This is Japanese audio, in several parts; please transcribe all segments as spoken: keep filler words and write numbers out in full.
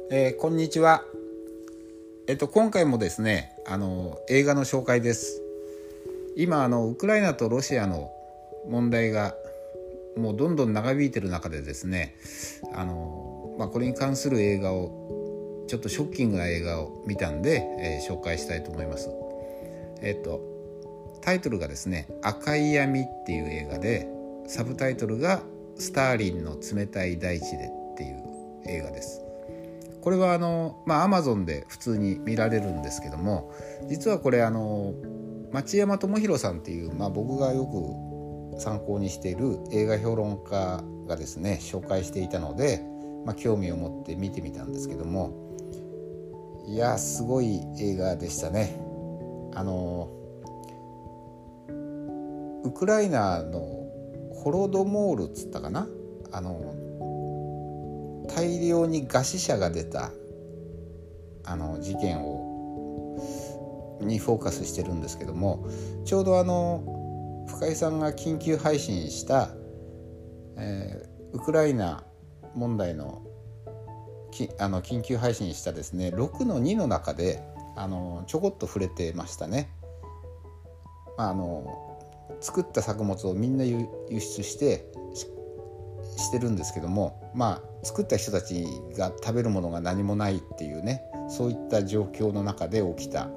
えー、こんにちは。えっと今回もですね、あの映画の紹介です。今あのウクライナとロシアの問題がもうどんどん長引いてる中でですね、あの、まあ、これに関する映画をちょっとショッキングな映画を見たんで、えー、紹介したいと思います。えっとタイトルがですね、赤い闇っていう映画で、サブタイトルがスターリンの冷たい大地でっていう映画です。これはあの、まあ、Amazon で普通に見られるんですけども、実はこれあの町山智博さんっていう、まあ、僕がよく参考にしている映画評論家がですね紹介していたので、まあ、興味を持って見てみたんですけども、いやすごい映画でしたね。あのウクライナのホロドモールっつったかな、あの大量に餓死者が出たあの事件をにフォーカスしてるんですけども、ちょうどあの深井さんが緊急配信した、えー、ウクライナ問題のきあの緊急配信したですねろくのにの中であのちょこっと触れてましたね。まあ、あの作った作物をみんな輸出してしてるんですけども、まあ作った人たちが食べるものが何もないっていうね、そういった状況の中で起きた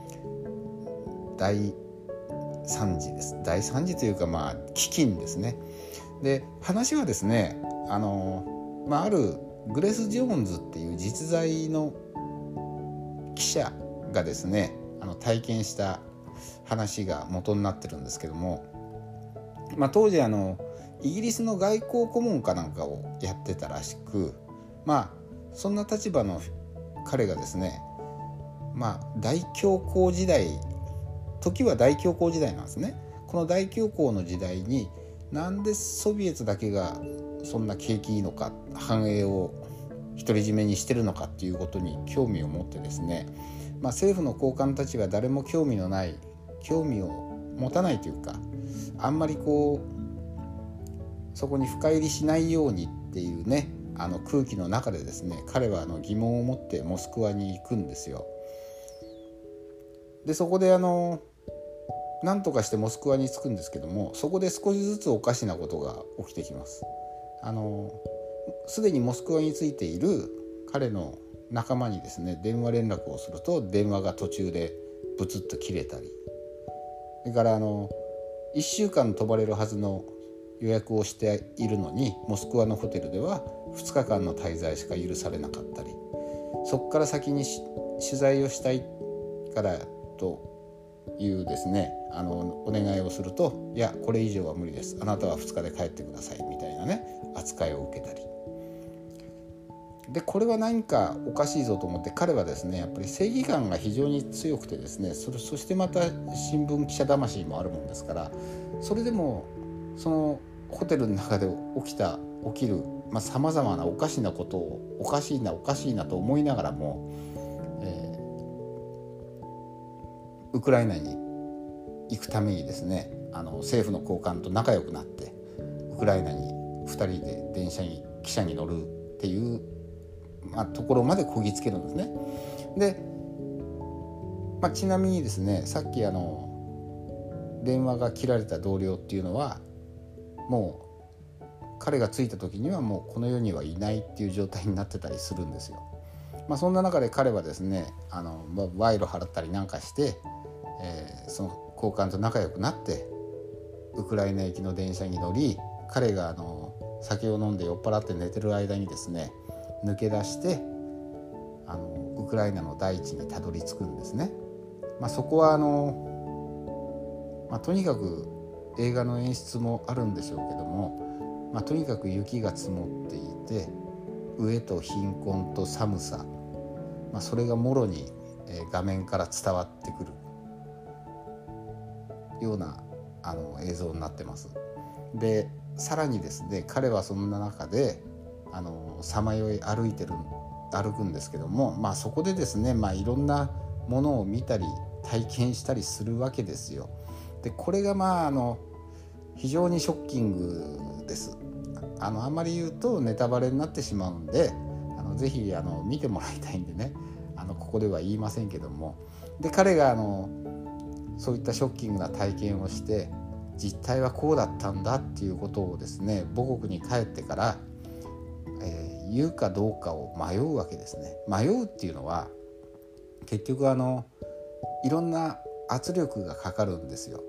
大惨事です。大惨事というか、まあ飢饉ですね。で話はですね、あの、まあ、あるグレス・ジョーンズっていう実在の記者がですねあの体験した話が元になってるんですけども、まあ、当時あのイギリスの外交顧問かなんかをやってたらしく、まあそんな立場の彼がですね、まあ大恐慌時代、時は大恐慌時代なんですね。この大恐慌の時代になんでソビエトだけがそんな景気いいのか、繁栄を独り占めにしてるのかっていうことに興味を持ってですね、まあ、政府の高官たちが誰も興味のない興味を持たないというか、あんまりこうそこに深入りしないようにっていうね、あの空気の中でですね、彼はあの疑問を持ってモスクワに行くんですよ。でそこであの何とかしてモスクワに着くんですけども、そこで少しずつおかしなことが起きてきます。あのすでにモスクワに着いている彼の仲間にですね電話連絡をすると、電話が途中でブツッと切れたり、それからあのいっしゅうかん飛ばれるはずの予約をしているのに、モスクワのホテルではふつかかんの滞在しか許されなかったり、そこから先に取材をしたいからというですねあのお願いをすると、いやこれ以上は無理です、あなたはふつかで帰ってくださいみたいなね扱いを受けたりで、これは何かおかしいぞと思って、彼はですねやっぱり正義感が非常に強くてですね、それそしてまた新聞記者魂もあるもんですから、それでもそのホテルの中で起きた起きるさまざ、まなおかしなことをおかしいなおかしいなと思いながらも、えー、ウクライナに行くためにですね、あの政府の高官と仲良くなってウクライナにふたりで電車に汽車に乗るっていう、まあ、ところまでこぎつけるんですね。で、まあ、ちなみにですね、さっきあの電話が切られた同僚っていうのはもう彼が着いた時にはもうこの世にはいないっていう状態になってたりするんですよ。まあ、そんな中で彼はですねあの賄賂払ったりなんかして、えー、その高官と仲良くなってウクライナ行きの電車に乗り、彼があの酒を飲んで酔っ払って寝てる間にですね抜け出してあのウクライナの大地にたどり着くんですね。まあ、そこはあの、まあ、とにかく映画の演出もあるんでしょうけども、まあ、とにかく雪が積もっていて、飢えと貧困と寒さ、まあ、それがもろに、えー、画面から伝わってくるようなあの映像になってます。でさらにですね、彼はそんな中でさまよい歩いてる歩くんですけども、まあ、そこでですね、まあ、いろんなものを見たり体験したりするわけですよ。でこれがまああの非常にショッキングです。あのあんまり言うとネタバレになってしまうんで、あののぜひあの見てもらいたいんでね、あのここでは言いませんけども、で彼があのそういったショッキングな体験をして実態はこうだったんだっていうことをですね、母国に帰ってから、えー、言うかどうかを迷うわけですね。迷うっていうのは結局あのいろんな圧力がかかるんですよ。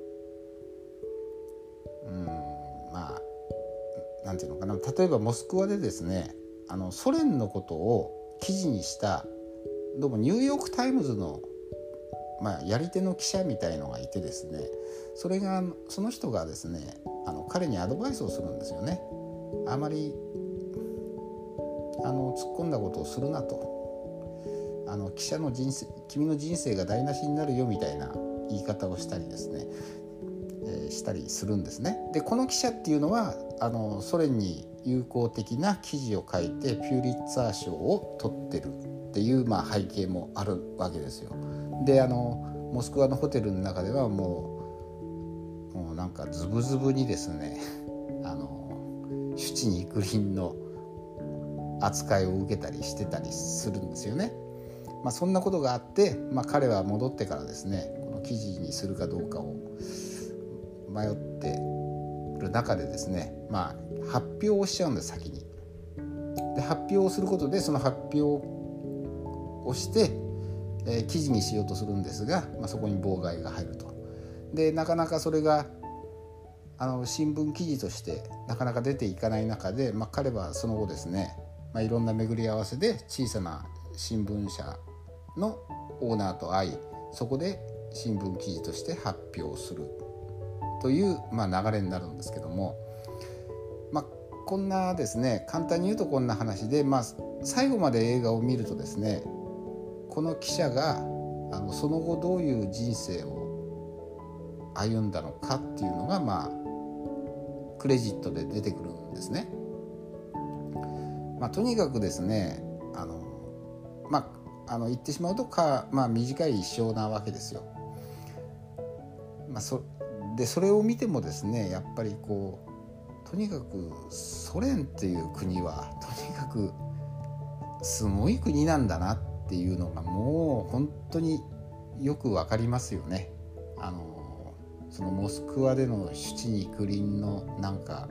うーんまあなんていうのかな、例えばモスクワでですね、あのソ連のことを記事にしたどうもニューヨークタイムズの、まあ、やり手の記者みたいのがいてですね、それがその人がですね、あの彼にアドバイスをするんですよね。あまりあの突っ込んだことをするなと、あの記者の人生、君の人生が台無しになるよみたいな言い方をしたりですね、えー、したりするんですね。でこの記者っていうのはあのソ連に友好的な記事を書いてピューリッツァー賞を取ってるっていう、まあ、背景もあるわけですよ。であのモスクワのホテルの中ではもう、もうなんかズブズブにですね、あの朱地肉林の扱いを受けたりしてたりするんですよね。まあ、そんなことがあって、まあ、彼は戻ってからですね、この記事にするかどうかを迷ってる中でですね、まあ、発表をしちゃうんです、先に。で発表をすることでその発表をして、えー、記事にしようとするんですが、まあ、そこに妨害が入ると。でなかなかそれがあの新聞記事としてなかなか出ていかない中で、まあ、彼はその後ですね、まあ、いろんな巡り合わせで小さな新聞社のオーナーと会い、そこで新聞記事として発表するという、まあ、流れになるんですけども、まあ、こんなですね、簡単に言うとこんな話で、まあ、最後まで映画を見るとですね、この記者があのその後どういう人生を歩んだのかっていうのが、まあ、クレジットで出てくるんですね。まあ、とにかくですね、あの、まあ、あの言ってしまうとか、まあ、短い一生なわけですよ。まあ、そでそれを見てもですね、やっぱりこうとにかくソ連っていう国はとにかくすごい国なんだなっていうのがもう本当によくわかりますよね。あのそのモスクワでの朱地肉林のなんか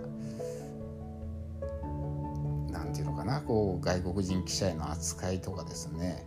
なんていうのかな、こう外国人記者への扱いとかですね、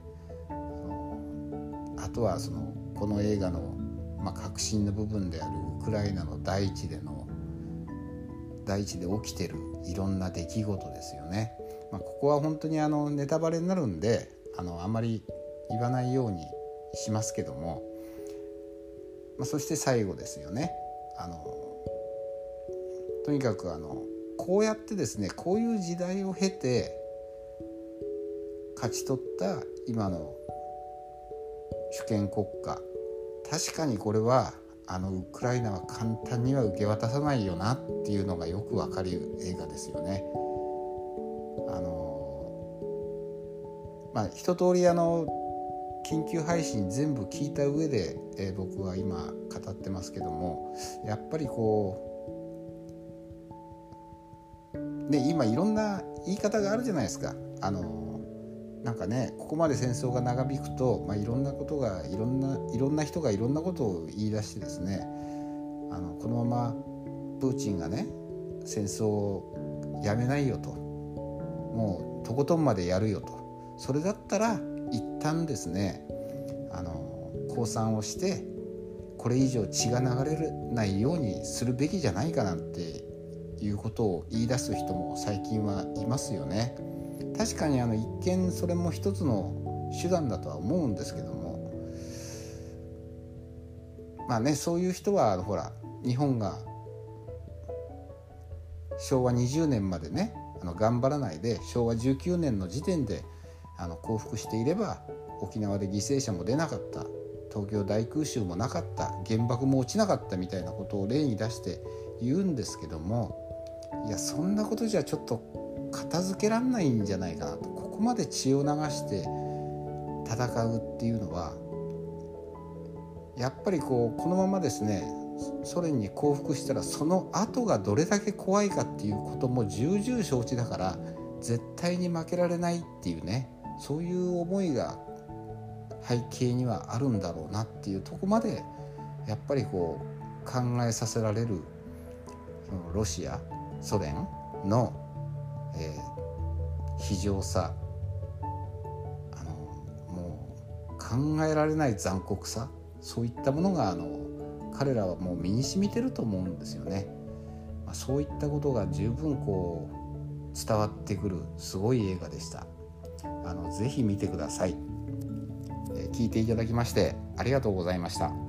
あとはそのこの映画の、まあ、核心の部分であるウクライナの大地での大地で起きてるいろんな出来事ですよね。まあ、ここは本当にあのネタバレになるんで あのあんまり言わないようにしますけども、まあ、そして最後ですよね。あのとにかくあのこうやってですね、こういう時代を経て勝ち取った今の主権国家、確かにこれはあのウクライナは簡単には受け渡さないよなっていうのがよくわかる映画ですよね。あのまあ一通りあの緊急配信全部聞いた上で、えー、僕は今語ってますけども、やっぱりこうで今いろんな言い方があるじゃないですか。あのなんかね、ここまで戦争が長引くと、まあ、いろんなことがいろんないろんな人がいろんなことを言い出してですね、あのこのままプーチンがね戦争をやめないよと、もうとことんまでやるよと、それだったら一旦ですね、あの降参をしてこれ以上血が流れないようにするべきじゃないかなんていうことを言い出す人も最近はいますよね。確かにあの一見それも一つの手段だとは思うんですけども、まあね、そういう人はほら日本がしょうわにじゅうねんまでねあの頑張らないでしょうわじゅうきゅうねんの時点であの降伏していれば沖縄で犠牲者も出なかった、東京大空襲もなかった、原爆も落ちなかったみたいなことを例に出して言うんですけども、いやそんなことじゃちょっと片付けらんないんじゃないかなと。ここまで血を流して戦うっていうのはやっぱりこうこのままですねソ連に降伏したらその後がどれだけ怖いかっていうことも重々承知だから、 絶対に負けられないっていうね、そういう思いが背景にはあるんだろうなっていうところまでやっぱりこう考えさせられる、そのロシアソ連の、えー、非常さ、あのもう考えられない残酷さ、そういったものがあの彼らはもう身に染みてると思うんですよね。まあ、そういったことが十分こう伝わってくるすごい映画でした。あのぜひ見てください。えー、聞いていただきましてありがとうございました。